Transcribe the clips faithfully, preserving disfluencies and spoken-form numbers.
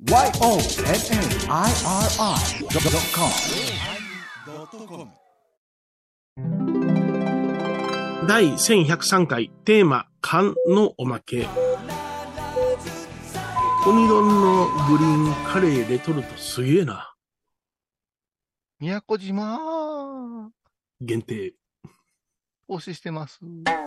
ワイオーエヌエヌアイアールアイドットコム第せんひゃくさんかいテーマ缶のおまけ。ウニ丼のグリーンカレーレトルトすげえな。 宮古島限定推ししてます。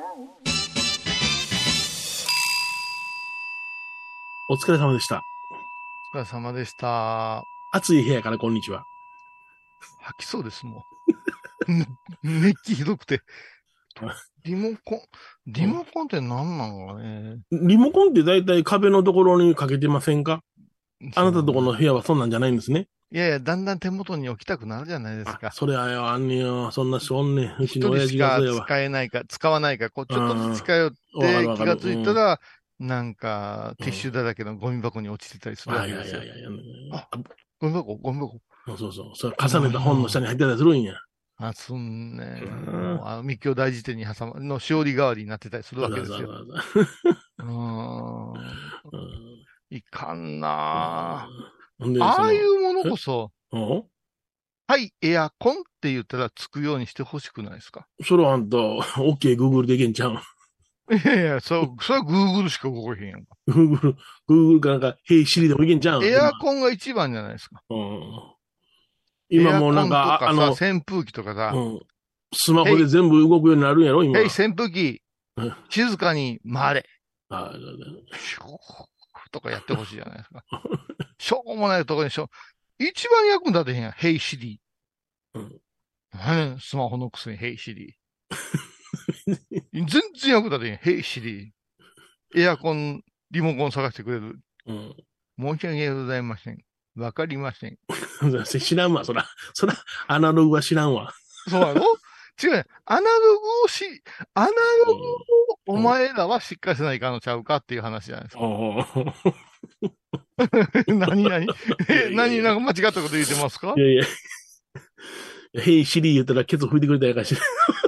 お疲れ様でした。 お疲れ様でした。 暑い部屋からこんにちは。 吐きそうですもん。熱気ひどくて。リモコン、リモコンって何なのかね。 リモコンってだいたい壁のところにかけてませんか？あなたとこの部屋はそんなんじゃないんですね。 いやいや、だんだん手元に置きたくなるじゃないですか。 それはよ、あんねよ。そんな人おんねん。うちの親父がそうやわ。 使えないか、使わないか、こう、ちょっとずつ近寄って気がついたら、なんか、ティッシュだらけのゴミ箱に落ちてたりするわけですよ。いやいやいや。あ、ゴミ箱、ゴミ箱。 そうそうそう。それ重ねた本の下に入ってたりするんや。 あ、すんね。もう、あの、密教大辞典に挟ま、のしおり代わりになってたりするわけですよ。うん。いかんなぁ。ああいうものこそ、はい、エアコンって言ったらつくようにしてほしくないですか？ それはあんた、OK、Google でいけんちゃう？ いやいや、そう、それは Google しか動けへんやんか。 Google、Google かなんか、Hey Siri でもいけんちゃう？ エアコンが一番じゃないですか。 うん。今もうなんか、 あの、扇風機とかさ、うん、 スマホで全部動くようになるんやろ、今。 Hey、扇風機、静かに回れ。ああ、シューとかやってほしいじゃないですか。しょうもないところにしょ、一番役に立てへんやん。Hey Siri。うん。スマホのくせに Hey Siri。全然役立てへん。Hey Siri。エアコン、リモコン探してくれる。うん。申し訳ございません。わかりません。 知らんわ、そら。そら、アナログは知らんわ。 そうやろ？違うね。アナログをし、アナログをお前らはしっかりせないかんのちゃうかっていう話じゃないですか。何何え、何なんか間違ったこと言ってますか？ いやいや。ヘイシリ言ったらケツ拭いてくれたやからしら。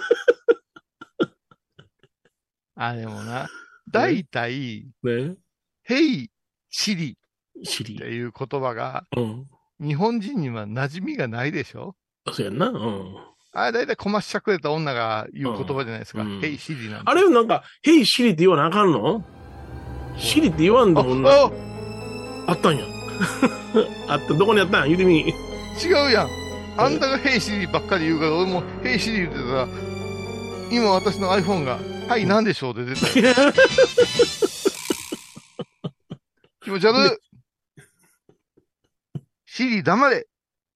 あ、でもな。大体、 ね、 ヘイシリシリっていう言葉が、うん、日本人には馴染みがないでしょ？ そうやんな。うん。 あれだいたいこましゃくれた女が言う言葉じゃないですか。うん、ヘイシリなんて。 あれなんか、ヘイシリって言わなあかんの？シリって言わんの女。あ, あったんや。あった。どこにあったん？言うてみ。 違うやん。あんたがヘイシリばっかり言うから、俺もヘイシリ言ってたら、今私の iPhone が、はい、なんでしょうで出たよ。気持ち悪い。シリ黙れ。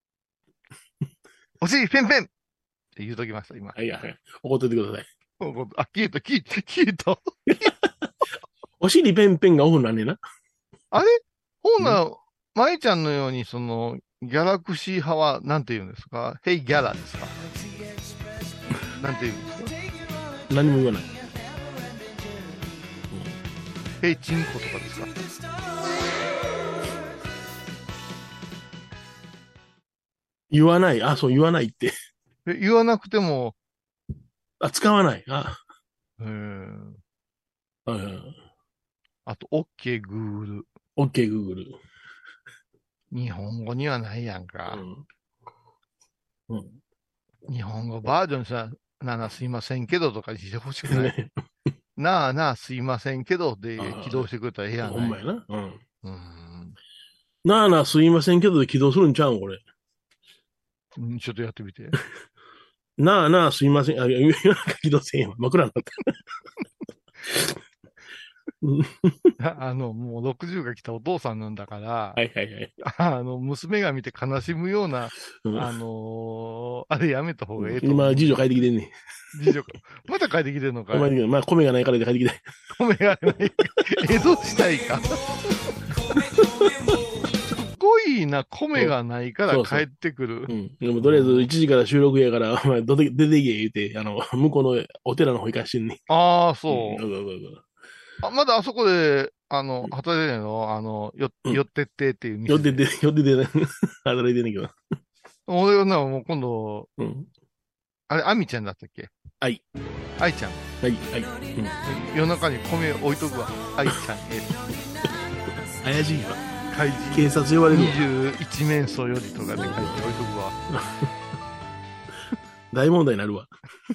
お尻ペンペンって言うときました、今。 はいはい。怒っててください。 あ、消えた、消えた、消えた。 お尻ペンペンがオフなんねんな。 あれほんなら、舞ちゃんのように、その、ギャラクシー派は、なんて言うんですか？ヘイギャラですか？なんて言うんですか？ 何も言わない。 ヘイチンコとかですか？ 言わない。あ、そう、言わないって。 え、言わなくても。 あ、使わない。あ。 へー。 はいはい。 あと、OK Google。 OK Google。 日本語にはないやんか。うん。うん、日本語バージョンさ、なあなあすいませんけどとかにしてほしくない。なあなあすいませんけどで起動してくれたらええやん。 ほんまやな。うん。 うん。 なあなあすいませんけどで起動するんちゃうんこれ。 うん、ちょっとやってみて。 なあなあすいません。あ、いや、起動せんよ。枕になった。 あの、もうろくじゅうが来たお父さんなんだから、 はいはいはい。 あの、娘が見て悲しむような、うん、あのー、あれやめた方がええと思う。 今、次女帰ってきてんねん。 次女か。また帰ってきてんのかい？ まあ、米がないからで帰ってきたい。 米がない。江戸時代か。すごいな、米がないから帰ってくる。 そうそう、うん。でも、とりあえずいちじから収録やから、お前、出てけ言うて、あの、向こうのお寺の方行かしてんねん。 ああ、そう。うん、 そうそうそうあ、まだあそこで、あの、働いてんの？あの、よ、うん、寄ってってっていう店。 寄ってって、寄ってって、働いてんねんけど。 俺はな、もう今度、 うん、 あれ、アミちゃんだったっけ？ はい。 愛ちゃん。 はい、はい。 うん、夜中に米置いとくわ。愛ちゃんへ。 怪しいわ。 開警察呼ばれるわ。 にじゅういち面相よりとかで書いて置いとくわ。 大問題になるわ。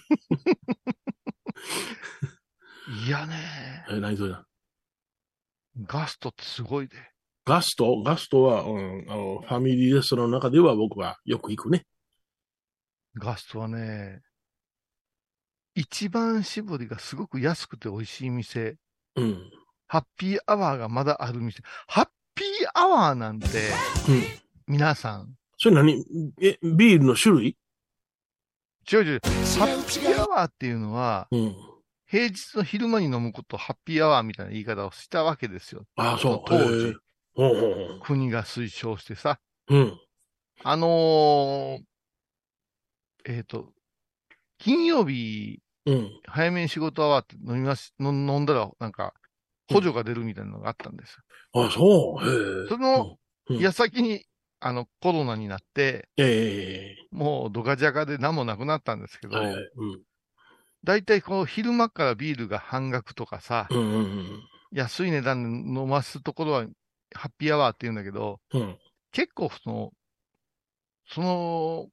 いやね。 え、何それな。 ガストってすごいで。 ガストガストは、うん、あの、ファミリーレストランの中では僕はよく行くね。 ガストはね、一番搾りがすごく安くて美味しい店。 うん。 ハッピーアワーがまだある店。ハッピーアワーなんて、 うん。 皆さん。 それ何え、ビールの種類？ 違う違う。ハッピーアワーっていうのは、 うん。 平日の昼間に飲むことをハッピーアワーみたいな言い方をしたわけですよ。 ああ、そう。 当時。 ほうほうほう。 国が推奨してさ。 うん。 あのー、えっ、と、金曜日、 うん。 早めに仕事終わって飲みます、の飲んだら、なんか、補助が出るみたいなのがあったんですよ。あ、そう。へえ。その、 うん、 矢先に、あの、コロナになって、 ええー、 もうドカジャカで何もなくなったんですけど、 はいはい、うん。 大体こう、昼間からビールが半額とかさ、 うんうんうん、 安い値段で飲ますところは、ハッピーアワーって言うんだけど、 うん、 結構その、その、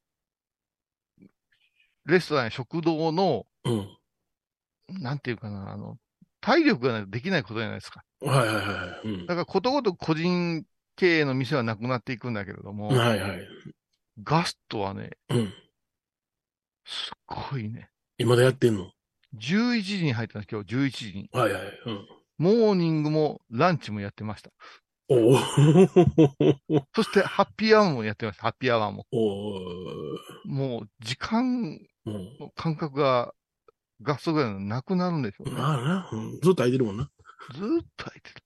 レストランや食堂の、 うん。 なんていうかな、あの、体力がないとできないことじゃないですか。 はいはいはい。うん、 だからことごとく個人経営の店はなくなっていくんだけれども、 はいはい。 ガストはね、 うん。 すっごいね。 今でやってんの？ じゅういちじに入ったんです、今日じゅういちじに。 はいはい。うん。 モーニングもランチもやってました。 おお。 そしてハッピーアワーもやってました、ハッピーアワーも。 おお。 もう時間うん。 の感覚がガストぐらいのなくなるんでしょうね。 まあな、うん。ずっと空いてるもんな。 ずーっと空いて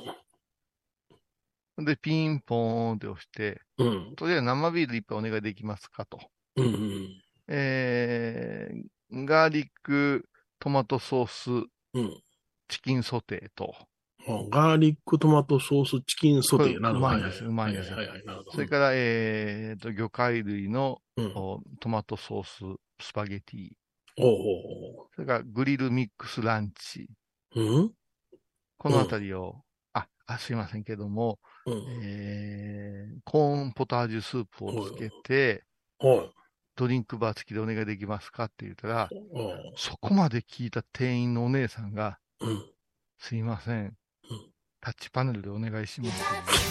る。で、ピンポーンって押して、 うん。 とりあえず生ビール一杯お願いできますかと。 うんうん。 えー、ガーリックトマトソースうん。 チキンソテーと。 ガーリックトマトソースチキンソテーなるほど。 うまいんですよ、うまいんですよ。それから、えーと、魚介類の、うん、トマトソーススパゲティ。 おうおう。 それからグリルミックスランチ。 うん、 このあたりを、うん、あ、あ、すいませんけども、うん、えー、コーンポタージュスープをつけて、ドリンクバー付きでお願いできますかって言ったら、そこまで聞いた店員のお姉さんが、うん、すいません、タッチパネルでお願いします。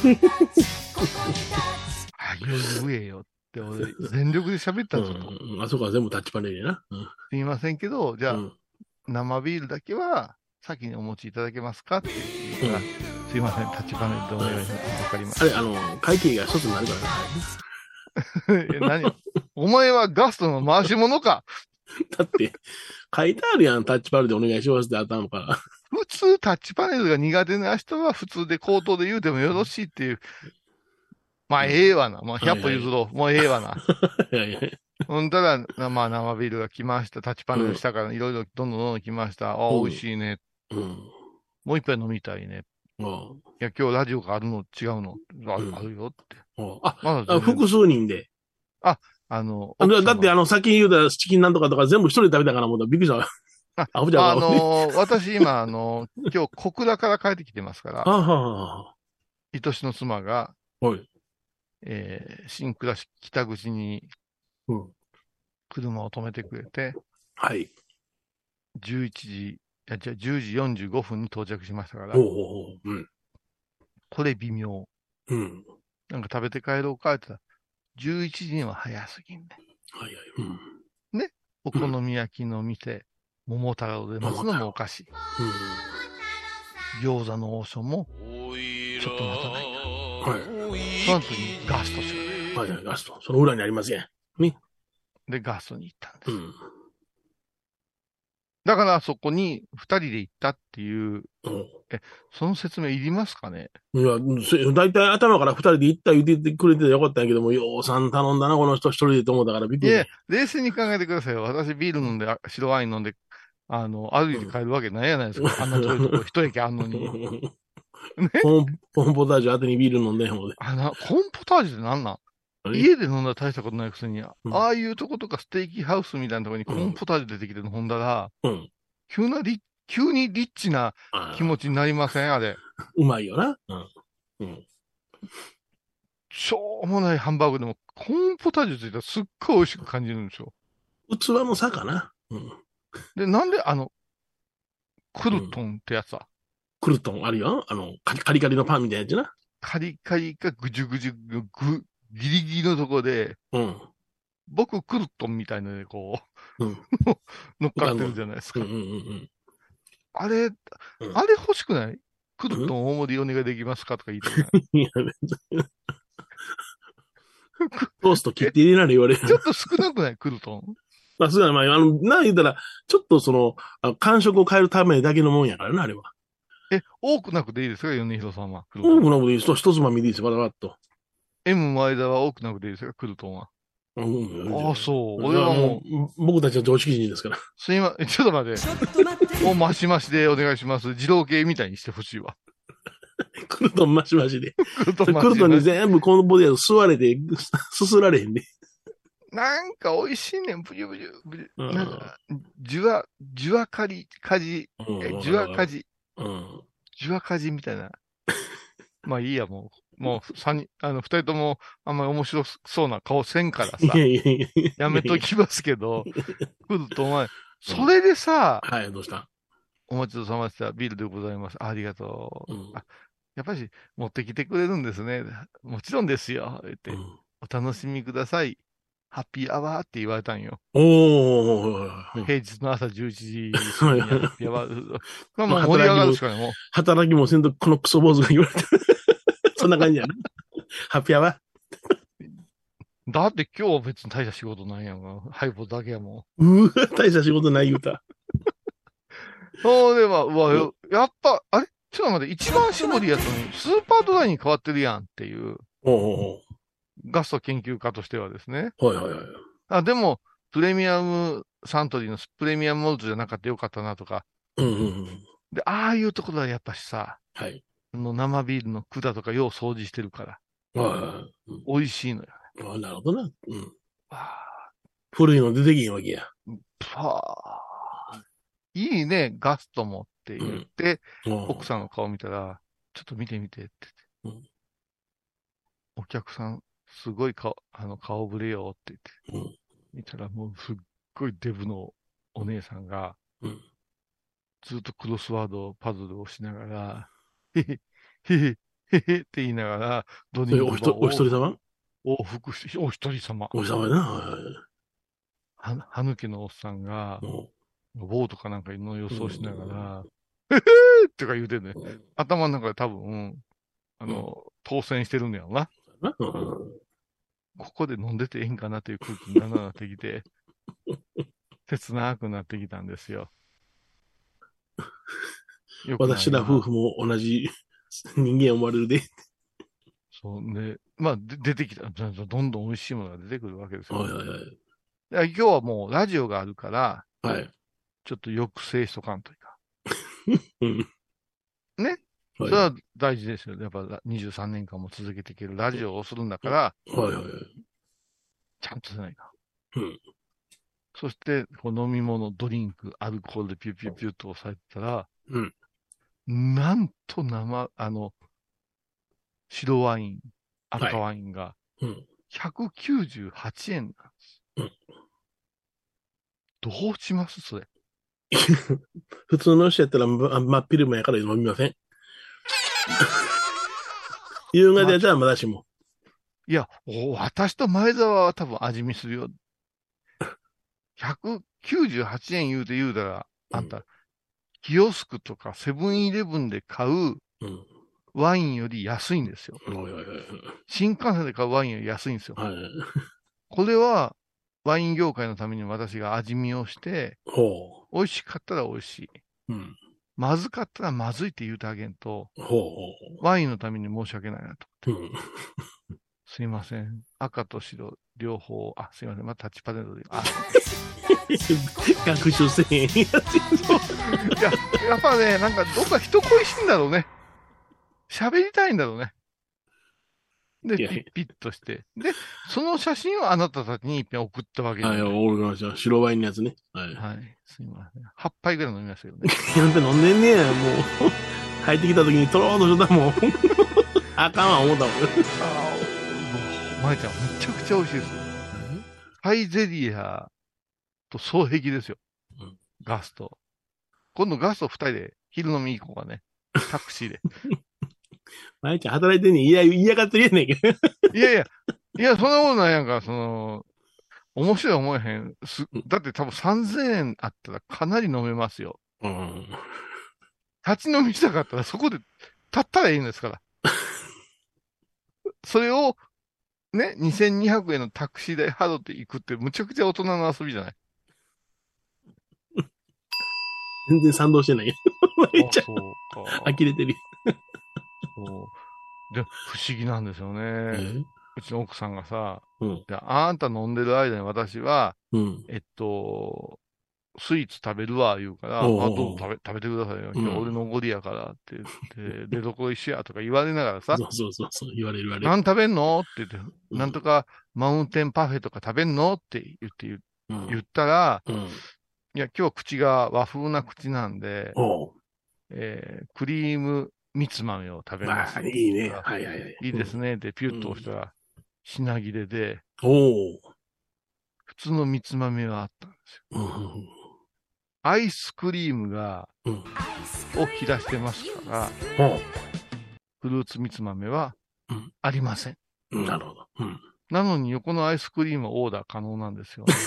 あ、よ言えよって俺、全力で喋ったぞと。 うん、あそこは全部タッチパネルやな。 うん、すいませんけど、じゃあ、うん、生ビールだけは先にお持ちいただけますかって言ったら、うん、すいません、タッチパネルでお願いします。わかりました。 あれ、あの、会計が一つになるからね。何お前はガストの回し物か。 だって、書いてあるやん、タッチパネルでお願いしますって頭から。 普通、タッチパネルが苦手な人は普通で口頭で言うてもよろしいっていう。まあ、ええわな。まあ、ひゃっぽ譲ろう。はいはい、もうええわな。ほんだら、まあ、生ビールが来ました。タッチパネルしたから、いろいろどんどんどんどん来ました。ああ、うん、美味しいね。うん、もう一杯飲みたいね。うん、いや、今日ラジオがあるの違うの、ある、うん、あるよって。 あ、まだ複数人で。 あ、あの、 だって、あの、先に言うたチキンなんとかとか全部一人で食べたからもうびっくりした。 あ、あのー、私今、あのー、今日小倉から帰ってきてますから、あは愛しの妻が、はい、えー、新倉市北口に、車を止めてくれて、うん、はい。じゅういちじ、いや、じゃあじゅうじよんじゅうごふんに到着しましたから、ほうほうほう、うん、これ微妙。うん。なんか食べて帰ろうかって言ったら、じゅういちじには早すぎんね。はいはい。うん、ね、お好み焼きの店、うん、桃太郎で待つのもおかしい。うん、餃子の王将も、ちょっと待たないな。はい。その後にガストしかない。はいはい、ガスト。その裏にありますね。ね。で、ガストに行ったんです。うん、だからそこに二人で行ったっていう、うん、え、その説明いりますかね？ いや、だいたい頭から二人で行った言ってくれてよかったんやけども、ようさん頼んだな、この人一人でと思ったからびっくり。いや、 冷静に考えてくださいよ。私ビール飲んで、白ワイン飲んで、あの、歩いて帰るわけないやないですか。うん、あんな遠いところ一駅あんのに。 ね、コン、コンポタージュ後にビール飲んでんほんで。 あな、コンポタージュってなんなん？家で飲んだら大したことないくせに、うん、ああいうとことかステーキハウスみたいなところにコンポタージュ出てきて飲んだら、うん、急なリ急にリッチな気持ちになりませんあれ。 うまいよな。うん。 しょうもないハンバーグでも、コーンポタージュついたらすっごい美味しく感じるんですよ。 器の差かな。うん。 で、なんであの、クルトンってやつは、 クルトンあるよ。あの、カリカリカリのパンみたいなやつな。 カリカリかぐじゅぐじゅぐ、ぐ、ギリギリのとこで、 うん。 僕クルトンみたいのでこう、 うん。 乗っかってるじゃないですか。 うんうんうん。 あれ、 うん、 あれ欲しくない？クルトン大盛りお願いできますかとか言いたくない？ いや、トースト切って入れなら言われる。 ちょっと少なくないクルトン。 まあ、そうだ、まあ、あの、な、言ったら、ちょっとその、あ感触を変えるためだけのもんやからな、あれは。 え、多くなくていいですか米広さんは。 多くなくていいです。一つまみでいいです。バラバラっと。 M 前田は多くなくていいですかクルトンは。 うん、 ああ、そう。俺はもう、僕たちは常識人ですから。 すいま、ちょっと待って。ちょっと待って。もうマシマシでお願いします。自動系みたいにしてほしいわ。 クルトンマシマシで。クルトンマシマシ。クルトンに全部このボディやと吸われて、すすられへんで。 なんか美味しいねん。ブリュブリュ、ブリュ。なんか、じゅわ、じゅわかり、かじ、じゅわかじ。じゅわかじみたいな。まあいいや、もう。もう、三人、あの、二人とも、あんまり面白そうな顔せんからさ。やめときますけど。クルトンは、それでさ、 はい、どうしたお待ちどうさまでした。ビールでございます。ありがとう。うん、あやっぱり持ってきてくれるんですね。もちろんですよ。言って、うん、お楽しみください。ハッピーアワーって言われたんよ。 おー。平日の朝じゅういちじ過ぎにハッピーアワー。まあもう盛り上がるしかないもん。 働きもせんとこのクソ坊主が言われた。そんな感じやな。ハッピーアワー。 だって今日は別に大した仕事ないやんか。ハイボだけやもん。うわ、大した仕事ない言うた。 そうでは、うわ、やった、あれちょっと待って、一番搾りやつにスーパードライに変わってるやんっていう。 おうおうガスト研究家としてはですね。 はいはいはい。 あ、でも、プレミアムサントリーのプレミアムモルトじゃなかったよかったなとか。 うんうんうん。 で、ああいうところはやっぱしさ、 はい。 あの生ビールの管とかよう掃除してるから。 はい、 うん、美味しいのよね。 ああ、なるほどな。うん。あ古いの出てきんわけや。 はあ。いいね、ガストもって言って、うん、奥さんの顔見たら、ちょっと見てみてって言って。うん、お客さん、すごい顔、あの、顔ぶれよって言って。うん、見たらもうすっごいデブのお姉さんが、うん、ずっとクロスワードパズルをしながら、へへ、へへ、へへって言いながら、 ドリンクを。お一人様往復し、お一人様。 お一人様やな。 は、はぬけのおっさんが、棒とかなんかの予想しながら、へへーってか言うてんね。頭の中で多分、あの、当選してるんだよな。ここで飲んでてええんかなという空気になってきて、切なくなってきたんですよ。 よ私ら夫婦も同じ人間思われるで。 そうね。まあ、で出てきた。どんどん美味しいものが出てくるわけですよ。 はいはいはい。 今日はもうラジオがあるから、 はい。 ちょっと抑制しとかんというか。 うん、 ね、はい、それは大事ですよ。やっぱにじゅうさんねんかんも続けていけるラジオをするんだから、 はいはいはい。 ちゃんとせないか。 うん。 そして、こう飲み物、ドリンク、アルコールでピューピューピューと押さえてたら、 うん。 なんと生、あの、白ワイン、赤ワインが、ひゃくきゅうじゅうはちえんなんです。うん。どうしますそれ。 普通の人やったら、真っ昼間やから飲みません。夕方やったらまだしも。 いや、私と前澤は多分味見するよ。ひゃくきゅうじゅうはちえん言うて言うたら、あんた、うん、キオスクとかセブンイレブンで買うワインより安いんですよ。うん、新幹線で買うワインより安いんですよ。はい、これは、ワイン業界のために私が味見をして、美味しかったら美味しい。うん、まずかったらまずいって言うてあげんと、ワインのために申し訳ないなと思って。うん、すいません。赤と白、両方、あ、すいません。まあ、タッチパネルで。あ学習せえへんやつ。いや、やっぱね、なんかどっか人恋しいんだろうね。喋りたいんだろうね。で、ピッピッとして。で、その写真をあなたたちに一遍送ったわけです。 はい、俺がじゃ白ワインのやつね。はい。 はい。すいません。はっぱいぐらい飲みましたけどね。 なんて飲んでんねや、もう。入ってきた時にとろーんとしとったもん。 あかんわ、思ったもん。 ああ、もう、まえちゃん、めちゃくちゃ美味しいです。サイゼリアと双璧ですよ。うん、ガスト。今度ガスト二人で昼飲み行こうかね。タクシーで。 まえちゃん働いてんねん。いや、嫌がってるやねんけど。 いやいや、いや、そんなことないやんか、その、面白い思えへん。す、だって多分さんぜんえんあったらかなり飲めますよ。うん。立ち飲みしたかったらそこで立ったらいいんですから。それを、ね、にせんにひゃくえんのタクシー代払っていくってむちゃくちゃ大人の遊びじゃない。 全然賛同してないよ。めっちゃ、呆れてるよ。 そう。で、不思議なんですよね。うちの奥さんがさ、うん、であんた飲んでる間に私は、うん、えっと、スイーツ食べるわ、言うから、あ、どうぞ食べ、食べてくださいよ。うん、俺のおごりやからって言って、出どころ一緒やとか言われながらさ、 そうそうそうそう、言われる言われる。 何食べんのって言って、うん、なんとかマウンテンパフェとか食べんのって言って言、うん、言ったら、うん、いや、今日口が和風な口なんで、えー、クリーム蜜豆を食べます。 まあ、いいね。はいはいはい。 いいですね。で、ピュッと押したら、品切れで、 おー。 普通の蜜豆はあったんですよ。うん、アイスクリームが、うん、を切らしてますから、うん、フルーツ蜜豆はありません。 うん、なるほど。うん、 なのに横のアイスクリームはオーダー可能なんですよ。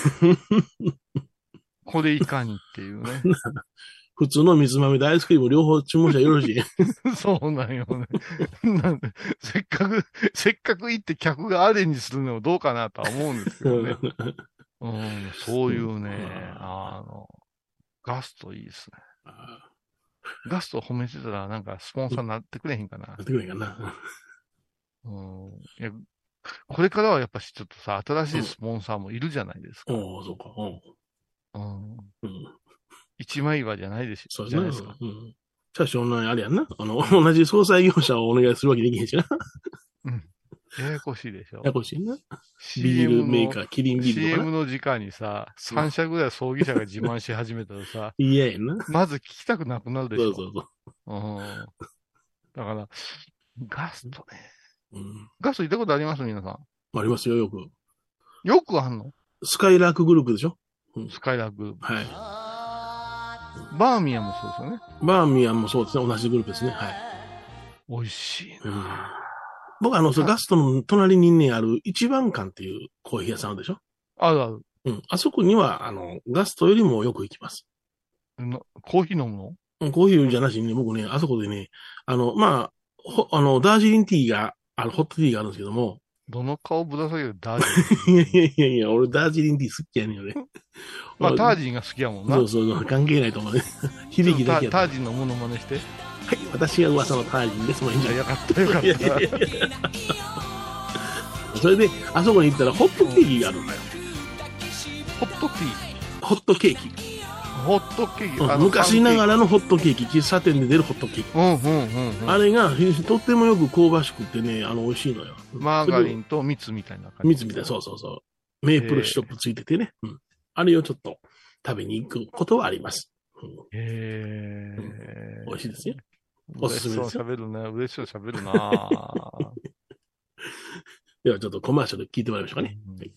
これいかにっていうね。 普通の水豆とアイスクリーム両方注文したらよろしい。 そうなんよね。なんで、せっかく、せっかく行って客がアレンジするのもどうかなとは思うんですけどね。うん、そういうね、あの、ガストいいですね。ガスト褒めてたらなんかスポンサーになってくれへんかな。なってくれへんかな。 うん、いや、これからはやっぱしちょっとさ、新しいスポンサーもいるじゃないですか。 うん、おー、そうか。 うん。うん一枚岩じゃないでしょ。 そうじゃないですか。 うん。しかし、あれやんな。あの、同じ総裁業者をお願いするわけできへんしな。 うん。ややこしいでしょ。 ややこしいな。ビールメーカー、キリンビールとかシーエム の時間にさ、さん社ぐらい葬儀社が自慢し始めたらさ、 嫌やな。 まず聞きたくなくなるでしょ。 そうそうそう。うん。 だから、ガストね。うん。ガスト行ったことあります皆さん。 ありますよ、よく。 よくあんのスカイラークグループでしょ、 うん、スカイラークグループ。 はい。 バーミヤンもそうですよね。 バーミヤンもそうですね。同じグループですね。はい。 美味しいな、うん、 僕あの、ガストの隣にね、ある一番館っていうコーヒー屋さんあるでしょあるある。 うん。あそこには、あの、ガストよりもよく行きます。 コーヒー飲むのうん、コーヒーじゃなしにね、僕ね、あそこでね、あの、まあ、ほあの、ダージリンティーが、あの、ホットティーがあるんですけども。 どの顔ぶら下げるダージリンいやいやいや、俺ダージリンティー好きやねん、俺。 まあ、タージンが好きやもんな。 そうそうそう、関係ないと思うね。響きだけやタージンのモノマネして。はい、 私が噂のタージンです。もういいんじゃない。 よかった、よかった。 それで、あそこに行ったらホットケーキがあるんだよ。 ホットティーホットケーキ。 ホットケーキ、 うん、昔ながらのホットケーキ、喫茶店で出るホットケーキ。うんうんうんうん、あれがとってもよく香ばしくてね、あの美味しいのよ。 マーガリンと蜜みたいな感じ。 蜜みたいな、そうそうそう。メープルシロップついててね。うん、あれをちょっと食べに行くことはあります。うん、へー、うん、美味しいですよ。おすすめですよ。 嬉しそう喋るね。嬉しそう喋るなではちょっとコマーシャル聞いてもらいましょうかね。うんはい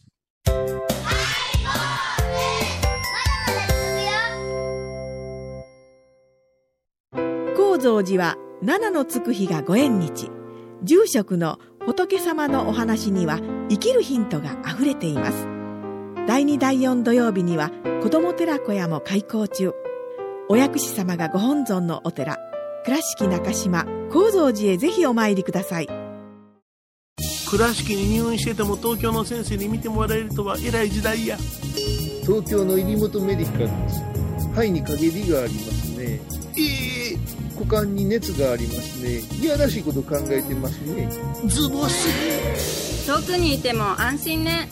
高蔵寺は七のつく日がご縁日。住職の仏様のお話には生きるヒントがあふれています。だいにだいよん土曜日には子ども寺小屋も開校中。お薬師様がご本尊のお寺、倉敷中島・高蔵寺へぜひお参りください。 倉敷に入院してても東京の先生に見てもらえるとは偉い時代や。 東京の入本メディカルです。肺に陰りがありますね。 ええー、 股間に熱がありますね。いやらしいこと考えてますね。 ズボス遠くにいても安心ね。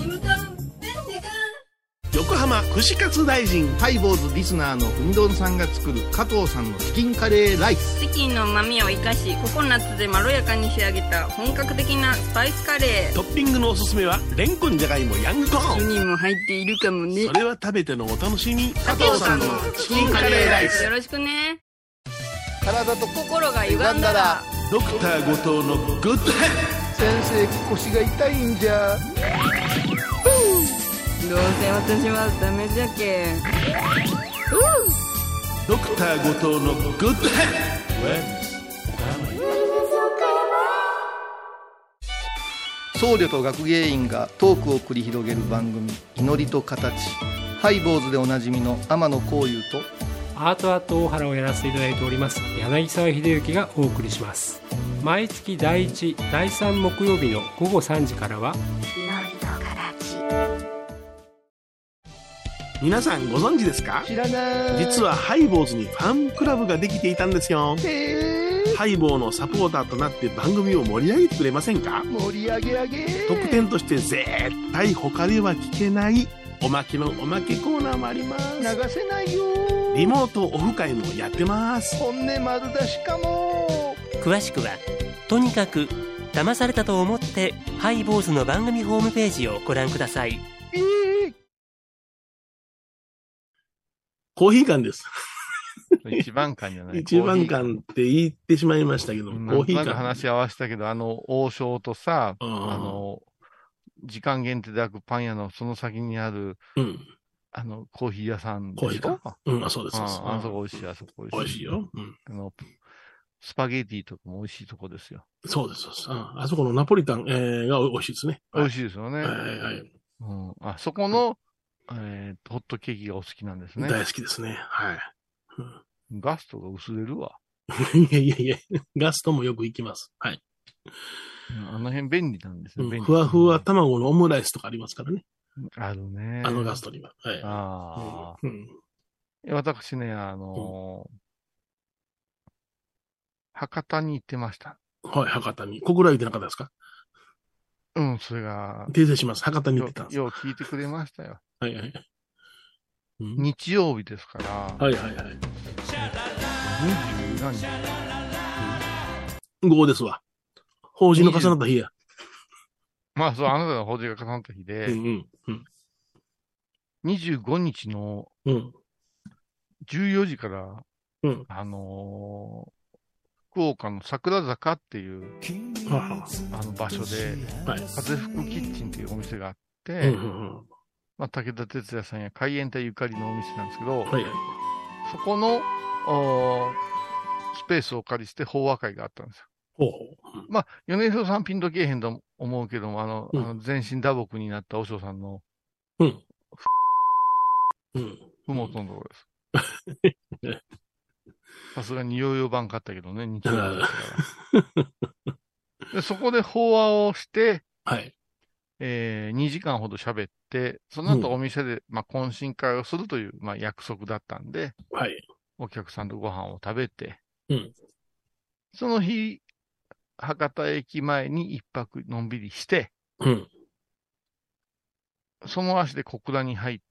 横浜串カツ大臣ハイボーズリスナーのうみどんさんが作る加藤さんのチキンカレーライス。 チキンの旨味を生かしココナッツでまろやかに仕上げた本格的なスパイスカレー。 トッピングのおすすめはレンコンじゃがいもヤングコーン。 にも入っているかもね。 それは食べてのお楽しみ。 加藤さんのチキンカレーライスよろしくね。 体と心が歪んだらドクター後藤のグッドヘッ先生腰が痛いんじゃ。 どうせ私はダメじゃけ。 ドクター後藤のグッドヘッ僧侶と学芸員がトークを繰り広げる番組、祈りと形。ハイボーズでおなじみの天野幸雄とアートアート大原をやらせていただいております柳沢秀幸がお送りします。毎月だいいち、だいさん木曜日の午後さんじからは皆さんご存知ですか？ 知らない。 実はハイボーズにファンクラブができていたんですよ。 へー、 ハイボーのサポーターとなって番組を盛り上げてくれませんか？ 盛り上げ上げ。 特典として絶対他では聞けないおまけのおまけコーナーもあります。 流せないよ。 リモートオフ会もやってます。 本音丸出しかも。 詳しくはとにかく騙されたと思ってハイボーズの番組ホームページをご覧ください。 えー、 コーヒー缶です。 一番館じゃない。 一番缶って言ってしまいましたけど、コーヒー缶。 なんか話し合わせたけど、あの、王将とさ、 ああの、時間限定で開くパン屋のその先にある、 うん、 あの、コーヒー屋さんでしょ。 コーヒー缶。うん、あ、そうです。 あ、あそこ美味しい、あそこ美味しい。 美味しいよ。うん。 あの、スパゲーティとかも美味しいとこですよ。 そうです。あ, あそこのナポリタン、えー、が美味しいですね。 美味しいですよね。 はいはい。 うん、あそこの、えー、ホットケーキがお好きなんですね。 大好きですね。はい。 うん、ガストが薄れるわ。 いやいやいや、ガストもよく行きます。はい。 あの辺便利なんですよ、 うん、ふわふわ卵のオムライスとかありますからね。 あるね。 あのガストには。はい。 ああ、 うんうん。私ね、あのーうん、博多に行ってました。 はい、博多に。小倉行ってなかったですか？ うん、それが。 訂正します。博多に行ってたんです。 よう聞いてくれましたよ。 はいはい。 うん、日曜日ですから。 はいはいはい。 にじゅう何日？ ごですわ。法事の重なった日や。 まあそう、あなたの法事が重なった日で、うんうんうん、にじゅうごにちのじゅうよじから、うん、あのー、福岡の桜坂っていう、あの場所で、はい、風吹くキッチンっていうお店があって、うんうんうん、まあ、武田鉄矢さんや海援隊ゆかりのお店なんですけど、はい、そこのスペースをお借りして法話会があったんですよ。ほうほう、まあ、米広さんピンとけえへんと思うけども、あの、うん、あの全身打撲になった和尚さんの、うん。ふ、うん。ふもとのところです。さすがにようよう版買ったけどね、日曜日だからで。そこで法話をして、はい。えー、にじかんほど喋って、その後お店で、うん、まあ、懇親会をするという、まあ、約束だったんで、はい。お客さんとご飯を食べて、うん。その日、博多駅前に一泊のんびりして、うん。その足で小倉に入って、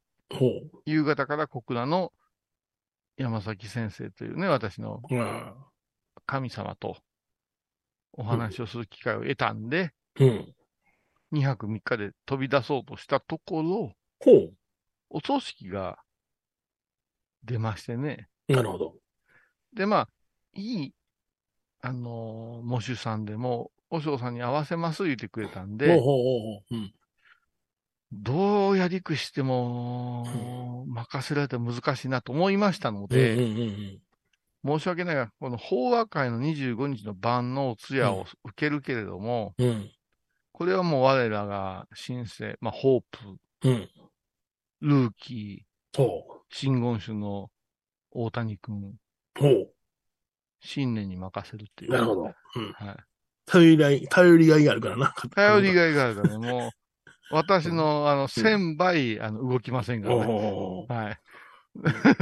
ほう。夕方から小倉の山崎先生というね、私の神様とお話をする機会を得たんで、うん。にはくみっかで飛び出そうとしたところ、ほう。お葬式が出ましてね。なるほど。で、まあ、いい、あのー、喪主さんでも、和尚さんに合わせます言ってくれたんで、ほうほうほうほう、うん、どうやりくしても、うん、任せられて難しいなと思いましたので、うんうんうんうん、申し訳ないが、この法話会のにじゅうごにちの晩のお通夜を受けるけれども、うん、これはもう我らが新生、まあ、ホープ、うん、ルーキー、真言宗の大谷君、新年に任せるっていう。なるほど。うん、はい。頼りがい、頼りがいがあるからな。頼りがいがあるからね、もう。私の、あの、千倍、あの、動きませんからね。はい。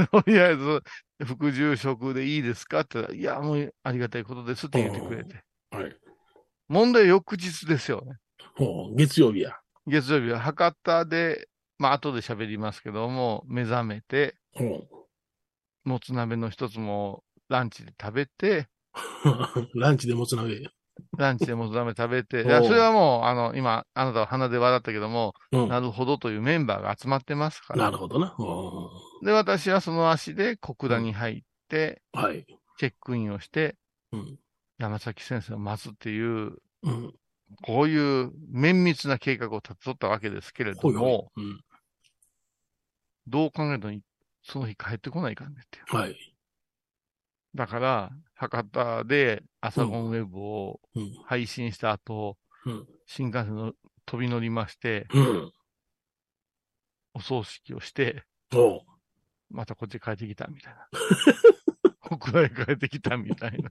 とりあえず、副住職でいいですかって言ったら、いや、もうありがたいことですって言ってくれて。はい。問題翌日ですよね。月曜日や。月曜日は博多で、まあ、後で喋りますけども、目覚めて、もつ鍋の一つもランチで食べて、ランチでもつ鍋ランチでもつ鍋食べて、いや、それはもう、あの、今、あなたは鼻で笑ったけども、うん、なるほどというメンバーが集まってますから。なるほどな。で、私はその足で小倉に入って、うん、はい。チェックインをして、うん、 山崎先生を待つっていう、 うん、 こういう綿密な計画を立てとったわけですけれども、 ほいほい、うん、 どう考えてもその日帰ってこないかんねっていう。 はい。 だから、博多でアサゴンウェブを配信した後、 うん、 新幹線の飛び乗りまして、 うん、 お葬式をして、 おまたこっち帰ってきたみたいな。国内帰ってきたみたいな。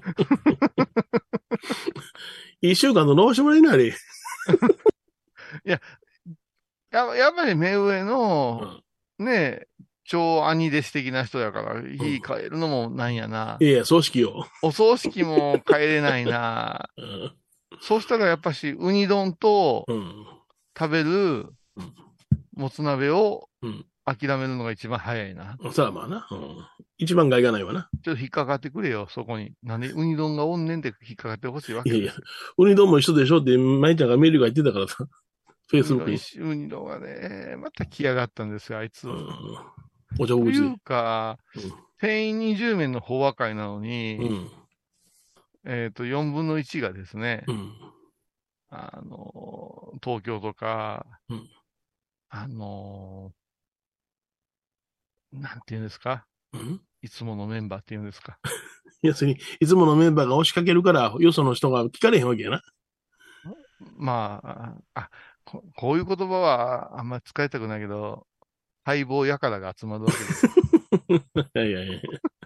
一週間の直してもらえない。いや、や、やっぱり目上の、うん、ね、超兄弟子的な人やから、日帰るのもなんやな。 いやいや、葬式よ。 お葬式も帰れないな。うん、そうしたらやっぱし、ウニ丼と、食べる、もつ鍋を、諦めるのが一番早いな。 うん、さあまあな。うん、一番害がないわな。 ちょっと引っかかってくれよ、そこに。なんでウニ丼がおんねんって引っかかってほしいわけ。 いやいや、ウニ丼も一緒でしょって、舞ちゃんがメールが言ってたからさ。フェイスブックに。 ウニ丼がね、また来やがったんですよ、あいつ。うん、 お茶口で。 というか、うん、定員にじゅうめいの法和会なのに、うん、えっと、よんぶんのいちがですね、うん、あの、東京とか、うん、あの、なんていうんですか、うん、いつものメンバーっていうんですか。 要するに、いつものメンバーが押しかけるから、よその人が聞かれへんわけやな。 まあ、あこ、こういう言葉はあんまり使いたくないけど、相棒やからが集まるわけです。 いやいやいや。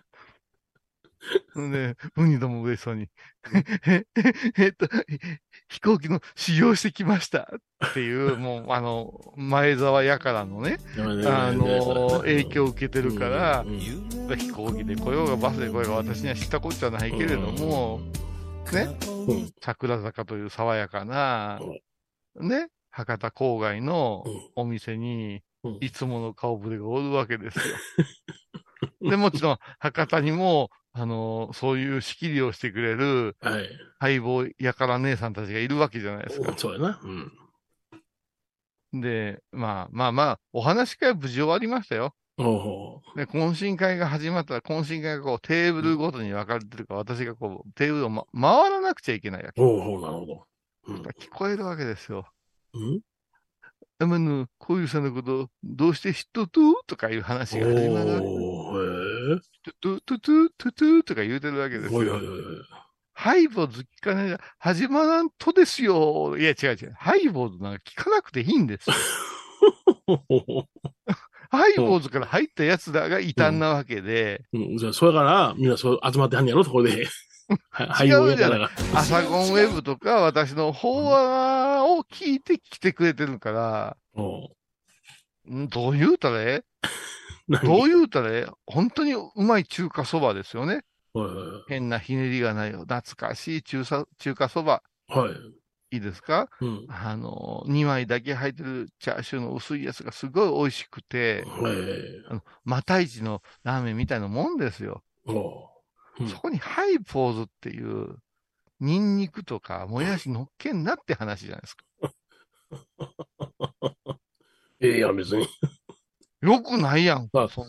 で、ウニども嬉しそうに、え、えっと、飛行機の修行してきましたっていう、もう、あの、前澤やからのね、あの、影響を受けてるから、飛行機で来ようがバスで来ようが私には知ったこっちゃないけれども、ね、桜坂という爽やかな、ね、博多郊外のお店に、いつもの顔ぶれがおるわけですよ。で、もちろん、博多にも、あの、そういう仕切りをしてくれる、はい。相棒やから姉さんたちがいるわけじゃないですか。 そうやな。 うん。で、まあまあまあ、お話し会は無事終わりましたよ。 おで、懇親会が始まったら、懇親会がこう、テーブルごとに分かれてるから、私がこう、テーブルを、ま、回らなくちゃいけないわけ。 おおなるほど。 うん、聞こえるわけですよ。 うんあの、こういうさんのこと、どうして知っとととかいう話が始まるわけです。 おー、 トトトトトトとか言うてるわけですよ。ハイボーズ聞かないが始まらんとですよ。いや、違う違う。ハイボーズなんか聞かなくていいんですよ。ハイボーズから入った奴らが異端なわけで。 うん。うん、じゃあ、それから、みんなそう集まってはんやろ、そこで。 違うじゃない。アサゴンウェブとか私の法話を聞いて来てくれてるから、うん、どう言うたらえどう言うたらえ本当にうまい中華そばですよね。変なひねりがないよ。懐かしい中華中華そば。 はい。 いいですか、 うん、 あの、にまいだけ入ってるチャーシューの薄いやつがすごい美味しくて、あの、またいちのラーメンみたいなもんですよ。うん、そこにハイポーズっていう、ニンニクとかもやし乗っけんなって話じゃないですか。 ええやん、別に。 よくないやん。 だから、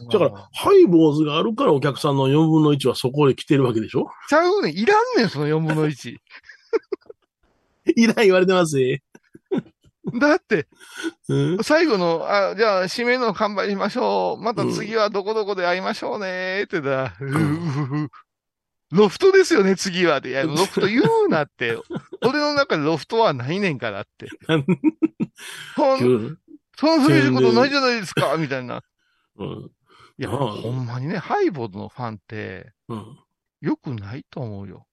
ハイボーズがあるからお客さんのよんぶんのいちはそこへ来てるわけでしょ？ ちゃうねん。いらんねん、そのよんぶんのいち。 いらん言われてますね。 だって、うん、最後の、あ、じゃあ、締めの乾杯しましょう。また次はどこどこで会いましょうねってだ、うん、ロフトですよね、次は。いや、ロフト言うなって。俺の中でロフトはないねんからって。ほん、そのふりることないじゃないですかみたいな。うん、いや、ほんまにね、ハイボードのファンって、うん、よくないと思うよ。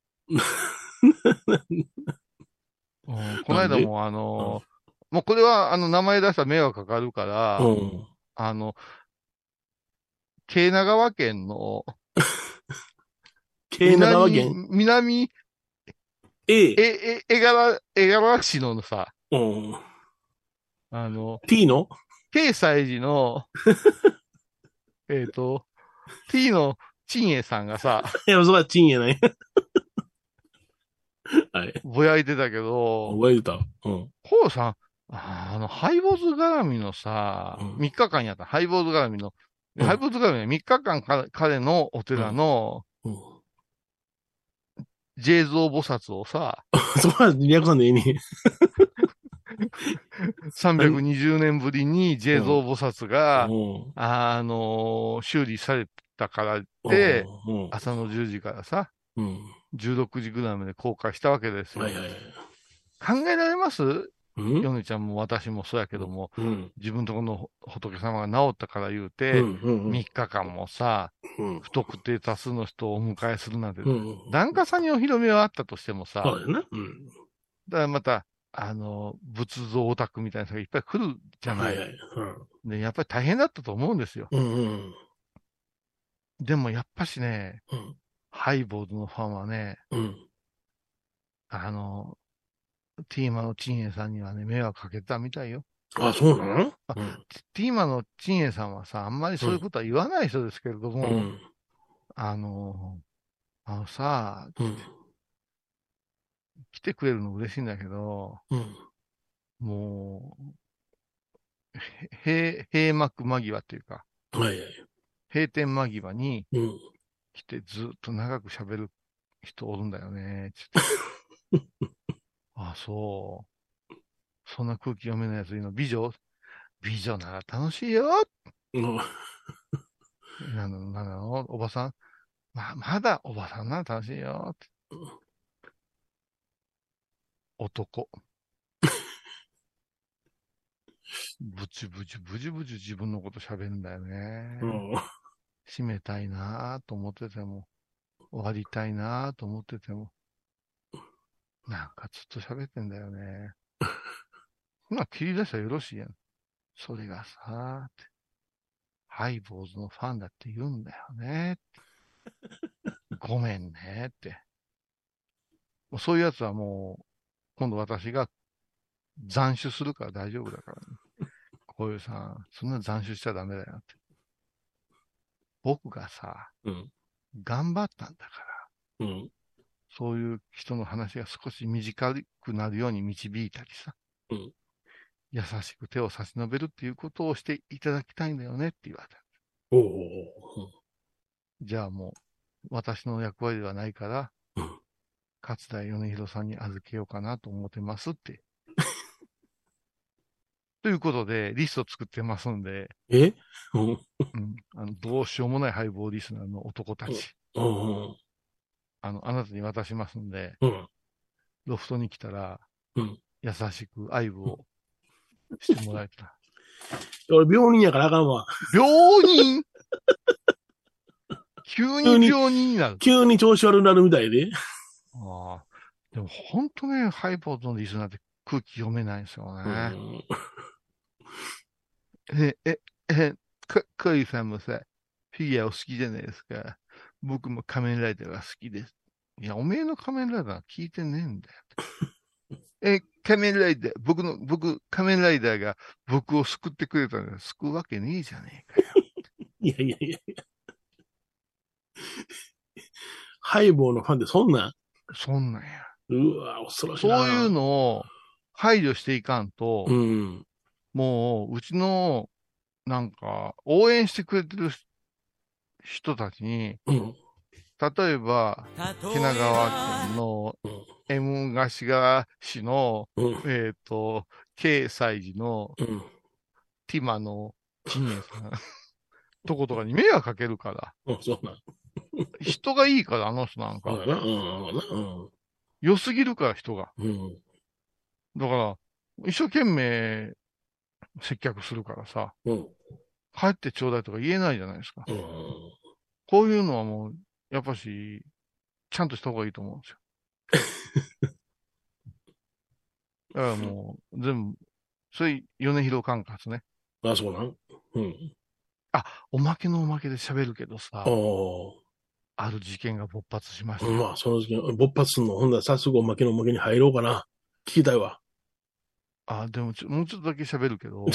うん、この間もあのー、もうこれはあの名前出したら迷惑かかるから、うん、あの、京奈川県の、 京奈川県南、 ええ、え、えがら、えがら市のさ、 うん、 あの、 T の京西寺の、えっと、T の陳栄さんがさ、 いや、それは陳栄ない。はい。 ぼやいてたけど、 ぼやいてた。うん。 こうさん、あの、ハイボーズ絡みのさ、うん、みっかかんやった、ハイボーズ絡みの、うん、ハイボーズ絡みのみっかかんか彼のお寺の、うんうん、 ジェイゾー菩薩をさ、 そこは略さんでいいに。 さんびゃくにじゅうねんぶりにジェイゾー菩薩が、 うん、 あのー、修理されたからって、うん、朝のじゅうじからさ、うん、じゅうろくじぐらいまで公開したわけですよ。はいはいはい、考えられます？ヨネちゃんも私もそうやけども、うん、自分とこの仏様が治ったから言うて、うんうんうん、みっかかんもさ、うん、不特定多数の人をお迎えするなんて、うんうん、檀家さんにお披露目はあったとしてもさ、そうだよね。うん、だからまた、あの、仏像オタクみたいな人がいっぱい来るじゃない。はいはい、うん、で、やっぱり大変だったと思うんですよ。うんうん、でもやっぱしね、うん、ハイボーズのファンはね、うん、あの、ティーマのチンエさんにはね、迷惑かけたみたいよ。 あ、そうなの、 うん、ティーマのチンエさんはさ、あんまりそういうことは言わない人ですけれども、うん、あの、あのさ、うん、来てくれるの嬉しいんだけど、うん、もう、閉、閉幕間際っていうか、はいはい、閉店間際に来てずっと長く喋る人おるんだよね。あ、そう。そんな空気読めないやついいの？美女？美女なら楽しいよ。うん、なの、なの、おばさん？ま、まだおばさんなら楽しいよ。男。ブチブチブチブチ自分のこと喋るんだよね。うん、締めたいなと思ってても、終わりたいなと思ってても、なんかずっと喋ってんだよね。まあ、切り出したらよろしいやん。それがさ、ハイボーズのファンだって言うんだよね。ごめんねって。もうそういうやつはもう、今度私が斬首するから大丈夫だから、ね。こういうさ、そんな斬首しちゃダメだよって。僕がさ、うん、頑張ったんだから、うん、そういう人の話が少し短くなるように導いたりさ、うん、優しく手を差し伸べるっていうことをしていただきたいんだよねって言われた。おうおうおう、じゃあもう、私の役割ではないから、うん、勝田米広さんに預けようかなと思ってますって。ということで、リスト作ってますんで、 え、 うん、あのどうしようもないハイボーリスナーの男たち、うんうん、あの、あなたに渡しますんで、うん、ロフトに来たら、うん、優しく愛撫をしてもらえたら。 俺、病人やからあかんわ。 病人急に病人になる。 急に調子悪くなるみたいで。 ああ。でも本当ね、ハイボーズのリスナーって空気読めないんですよね。え、え、え、か、カイさんもさ、フィギュアお好きじゃないですか。僕も仮面ライダーが好きです。いや、おめえの仮面ライダー聞いてねえんだよ。え、仮面ライダー、僕の、僕、仮面ライダーが僕を救ってくれたら救うわけねえじゃねえかよ。 いやいやいやいや。ハイボーのファンってそんなんそんなんや。 うわ、恐ろしいな。 そういうのを排除していかんと、うん、もう、うちの、なんか、応援してくれてる人たちに、うん、例えば、品川県の M 頭市の、うん、えっ、ー、と、K 祭寺の、うん、ティマのチンエさんとことかに迷惑かけるから。 うん、そうなん。 人がいいから、あの人なんか。うんうん、良すぎるから、人が。うん、だから、一生懸命接客するからさ、うん、帰ってちょうだいとか言えないじゃないですか。うん、こういうのはもう、やっぱし、ちゃんとした方がいいと思うんですよ。だからもう、全部、そういう米広管轄ね。 あ、そうなん、うん、 あ、おまけのおまけで喋るけどさ、ある事件が勃発しました。 まあ、その事件、勃発するの、ほんだら早速おまけのおまけに入ろうかな。聞きたいわ。 あ、でもちょ、もうちょっとだけ喋るけど。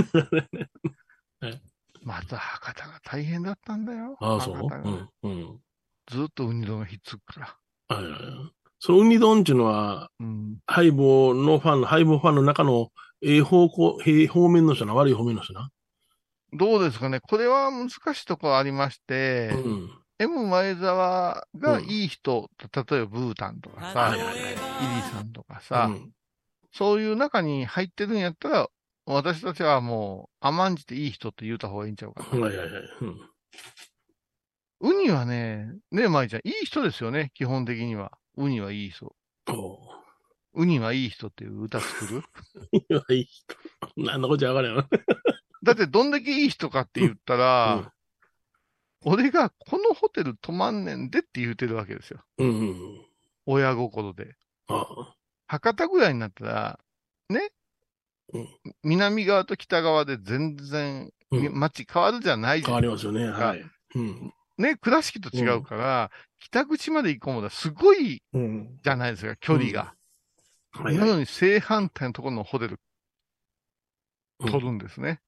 また博多が大変だったんだよ。 ああ、そう、 うんうん、ずっとウニ丼がひっつくから。 はいはいはい。そのウニ丼っていうのは、うん、ハイボーのファン、ハイボーファンの中の、ええ方向、ええ方面の人な、悪い方面の人な。 どうですかね。これは難しいところありまして、うん、 M 前澤がいい人、うん、例えばブータンとかさ、イリさんとかさ、うん、そういう中に入ってるんやったら、私たちはもう甘んじていい人って言うた方がいいんちゃうかな。はいはいはい。うん、ウニはね、ねえ、舞ちゃん、いい人ですよね、基本的には。ウニはいい人。ウニはいい人っていう歌作る？ウニはいい人。何のことやわからんよ。だってどんだけいい人かって言ったら、うんうん、俺がこのホテル泊まんねんでって言うてるわけですよ。うんうんうん、親心で。ああ、博多ぐらいになったら、ね、うん、南側と北側で全然、うん、街変わるじゃないじゃん。変わりますよね。はい。うん、ね、倉敷と違うから、うん、北口まで行こうもだすごいじゃないですか、うん、距離が。うん、はいはい、なのに正反対のところのホテル、取るんですね。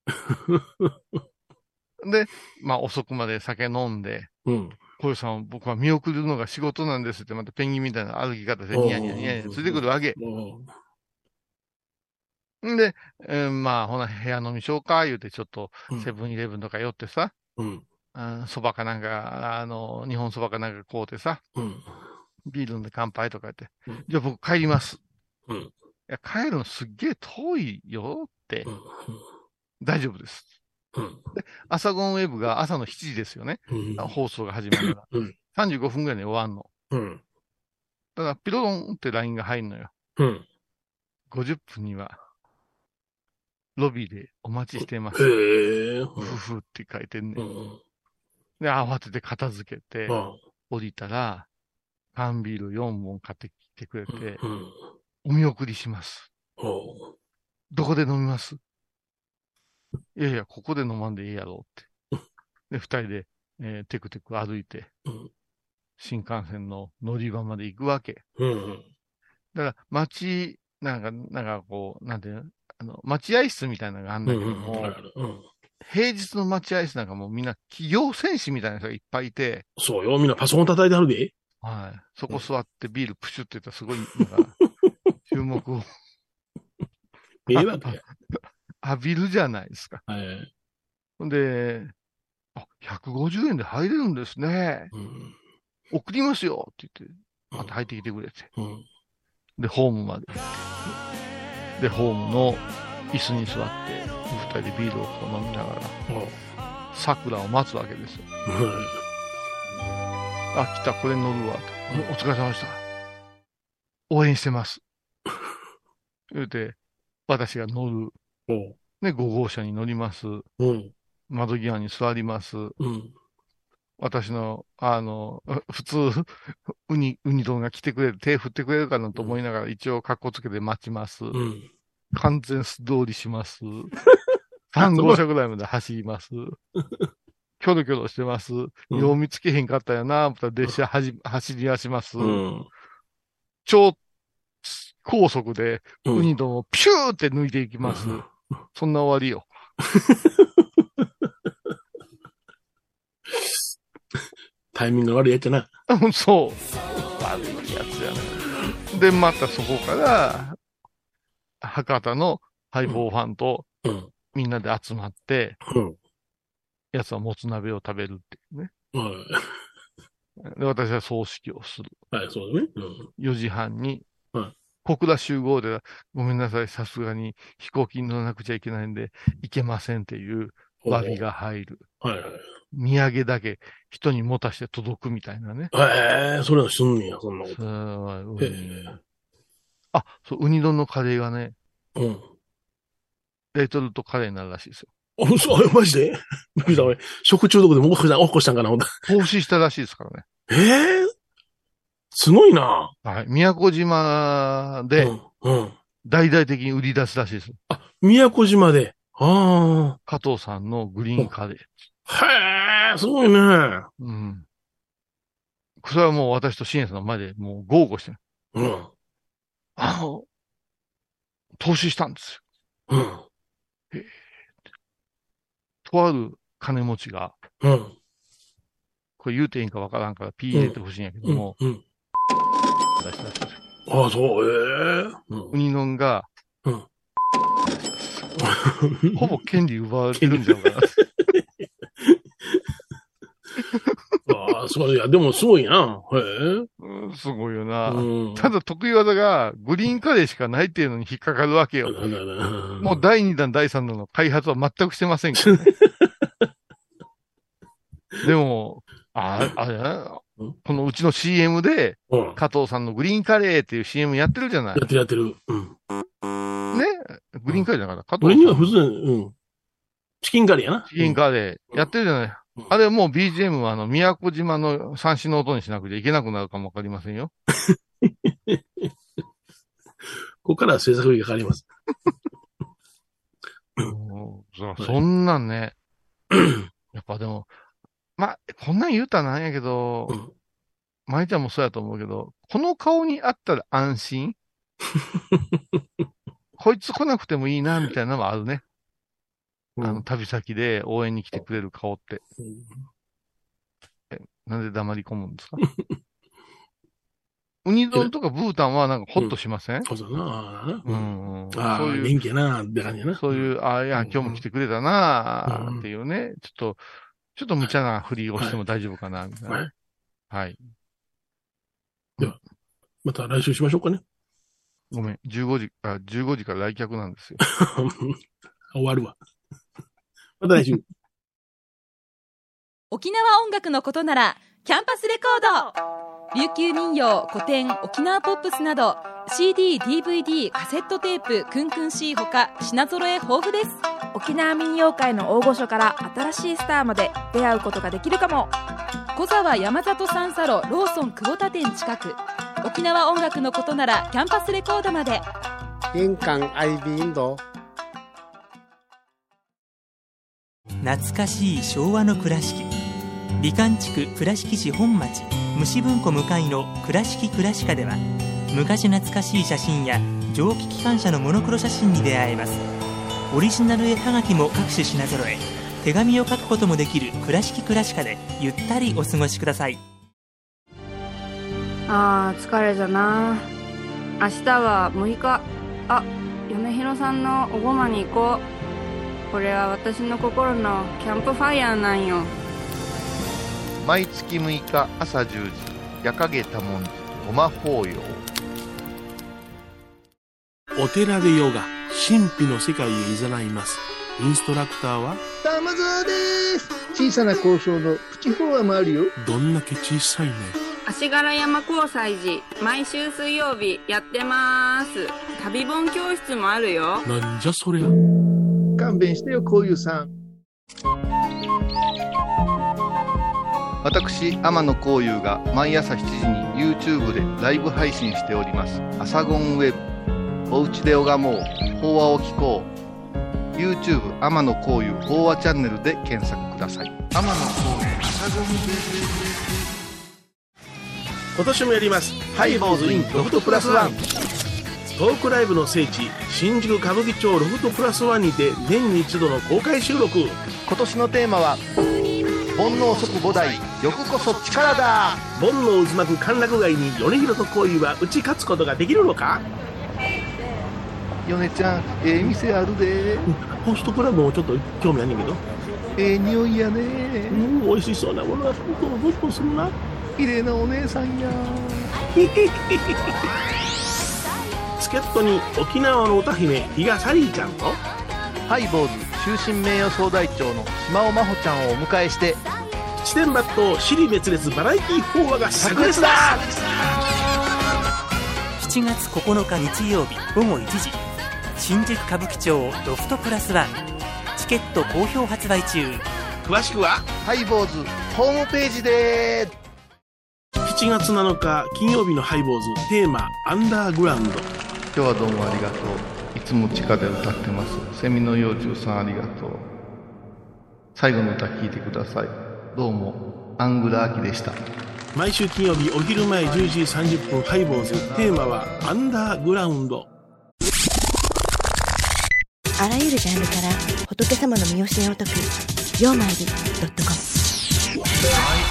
うん、で、まあ遅くまで酒飲んで、うん、小遊さんを僕は見送るのが仕事なんですって、またペンギンみたいな歩き方でニヤニヤニヤニヤついてくるわけ。んで、えー、まあ、ほな、部屋飲みしようか、言うて、ちょっと、セブンイレブンとか寄ってさ、うん。蕎麦かなんか、あの、日本蕎麦かなんか買うてさ、うん。ビールで乾杯とか言って、うん、じゃあ僕帰ります。うん。いや、帰るのすっげえ遠いよって、うん。大丈夫です。うん。で、朝ゴンウェブが朝のしちじですよね。うん。放送が始まるから。うん。さんじゅうごふんぐらいに終わんの。うん。だから、ピロロンって ライン が入るのよ。うん。ごじゅっぷんには、ロビーでお待ちしてます。へぇー。ふふって書いてんね、うん。で、慌てて片付けて、うん、降りたら、缶ビールよんぼん買ってきてくれて、うん、お見送りします。うん、どこで飲みます？いやいや、ここで飲まんでいいやろうって。で、二人で、えー、テクテク歩いて、うん、新幹線の乗り場まで行くわけ。うん、だから、街、なんか、なんかこう、なんていうの、あの、待合室みたいなのがあるんだけども、うんうんうん、平日の待合室なんかもうみんな企業戦士みたいな人がいっぱいいて。そうよ、みんなパソコン叩いてあるで。はい。そこ座ってビールプシュって言ったらすごい、なんか、注目を。ええわけ浴びるじゃないですか。はい。ほんで、あ、ひゃくごじゅうえんで入れるんですね。うん、送りますよって言って、また入ってきてくれて。うん、で、ホームまで行って。で、ホームの椅子に座って、二人でビールをこう飲みながら、桜を待つわけですよ。うん、あ、来た、これ乗るわ。うん、お疲れ様でした。応援してます。言うて、私が乗る。ね、ご号車に乗ります。うん、窓際に座ります。うん、私の、あの、普通、ウニ、ウニ丼が来てくれる、手振ってくれるかなと思いながら、一応、格好つけて待ちます。うん、完全素通りします。さん号車ぐらいまで走ります。キョロキョロしてます。よう見つけへんかったよな、また列車はじ、走り出します。うん、超高速で、ウニ丼をピューって抜いていきます。うん、そんな終わりよ。タイミング悪いやつやな。そう。悪いやつやな。で、またそこから、博多のハイボーファンと、みんなで集まって、うん、やつはもつ鍋を食べるっていうね。うん、で、私は葬式をする。はい、そうだね。うん、よじはんに、うん、小倉集合では、ごめんなさい、さすがに飛行機に乗らなくちゃいけないんで、行けませんっていう詫びが入る。はいはい。土産だけ人に持たして届くみたいなね。へえ、それはすんねや、そんなこと。うん、あ、そう、ウニ丼のカレーがね、うん。レトルトカレーになるらしいですよ。あ、そう、マジで食中毒でも起こしたんかな、ほんと。投資したらしいですからね。ええー、すごいな。はい。宮古島で、うん、うん。大々的に売り出すらしいです。あ、宮古島で。ああ。加藤さんのグリーンカレー。へえ、すごいね。うん。それはもう私とシエンさんの前でもう豪語してる。うん。あの、投資したんですよ。うん。えー、とある金持ちが、うん。これ言うていいんかわからんからピー入れてほしいんやけども、うん。うん、ああ、そう、ええー。うん、ウニノンが、うん。ほぼ権利奪われてるんじゃないかな。あああ、そういや、でもすごいな。へえ。 うん、すごいよな。うん、ただ得意技がグリーンカレーしかないっていうのに引っかかるわけよ。もうだいにだん、だいさんだんの開発は全くしてませんから、ね。でも、あ、あれこのうちの シーエム で、加藤さんのグリーンカレーっていう シーエム やってるじゃない。 やってるやってる。うん。 ねグリーンカレーだから、加藤さん。俺には普通、うん。チキンカレーやな。 チキンカレー。やってるじゃない。うん、あれもう ビージーエム はあの、宮古島の三振の音にしなくていけなくなるかもわかりませんよ。 ここからは制作費がかかります。 そ, そんなんね。やっぱでも、ま、こんなん言うたらなんやけど、うん、舞ちゃんもそうやと思うけど、この顔にあったら安心こいつ来なくてもいいな、みたいなのはあるね。うん、あの、旅先で応援に来てくれる顔って。うん、え、なんで黙り込むんですかウニ丼とかブータンはなんかホッとしません、うん、 そうだな。 うん。 ああ、そういう。元気やな、って感じやな。 そういう、ああ、いや、今日も来てくれたな、っていうね、うん、ちょっと、ちょっと無茶な振りをしても大丈夫かな、みたいな。はい。はい。 では、また来週しましょうかね。 ごめん、じゅうごじ、あ、じゅうごじから来客なんですよ。 終わるわ。また来週。 沖縄音楽のことなら、キャンパスレコード琉球民謡、古典、沖縄ポップスなど シーディー、ディーブイディー、カセットテープ、クンクン C ほか品揃え豊富です。 沖縄民謡界の大御所から新しいスターまで出会うことができるかも。 小沢山里三佐路ローソン久保田店近く。沖縄音楽のことならキャンパスレコードまで。 印鑑アイビーインド。 懐かしい昭和の倉敷、美観地区倉敷市本町虫文庫向かいの倉敷倉歯科では、昔懐かしい写真や蒸気機関車のモノクロ写真に出会えます。オリジナル絵はがきも各種品揃え、手紙を書くこともできる倉敷倉歯科でゆったりお過ごしください。 あー疲れじゃな。明日はむいか。あ、米広さんのおごまに行こう。これは私の心のキャンプファイヤーなんよ。 毎月むいか朝じゅうじ、夜影多文字ごま法要。 お寺でヨガ、神秘の世界へ誘います。インストラクターは玉沢です。小さな交渉のプチフォアもあるよ。 どんだけ小さいね。 足柄山交際時、毎週水曜日やってます。旅本教室もあるよ。 なんじゃそりゃ。 勘弁してよ、こういうさん。 私天野幸雄が毎朝しちじに YouTube でライブ配信しております。アサゴンウェブ、おうちで拝もう、法話を聞こう。 YouTube 天野幸雄法話チャンネルで検索ください。天野幸雄アサゴンウェブ。 今年もやりますハイボーズインロフトプラスワン。トークライブの聖地新宿歌舞伎町ロフトプラスワンにて年に一度の公開収録。 今年のテーマは煩悩即菩提、欲こそ力だ。 煩悩渦巻く歓楽街に米広と恋は打ち勝つことができるのか。 米ちゃん、ええ店あるで。 ホストクラブもちょっと興味あんねんけど。 ええ匂いやね。 うん、美味しそうなものがボンボンボンするな。 綺麗なお姉さんや。 助っ人に沖縄の歌姫比嘉サリーちゃんとハイボーズ終身名誉総代長の島尾真帆ちゃんをお迎えして七点抜刀支離滅裂バラエティ法話が炸裂だ。 しちがつここのか日曜日午後いちじ、新宿歌舞伎町ロフトプラスワン。チケット好評発売中。 詳しくはハイボーズホームページで。 しちがつなのか金曜日のハイボーズ、テーマアンダーグラウンド。 今日はどうもありがとう。いつも地下で歌ってますセミの幼虫さん、ありがとう。最後の歌聴いてください。どうもアングラーキでした。 毎週金曜日お昼前じゅうじさんじゅっぷんハイボーズ、テーマはアンダーグラウンド。 あらゆるジャンルから仏様の身教えを解く曜マイルドットコム。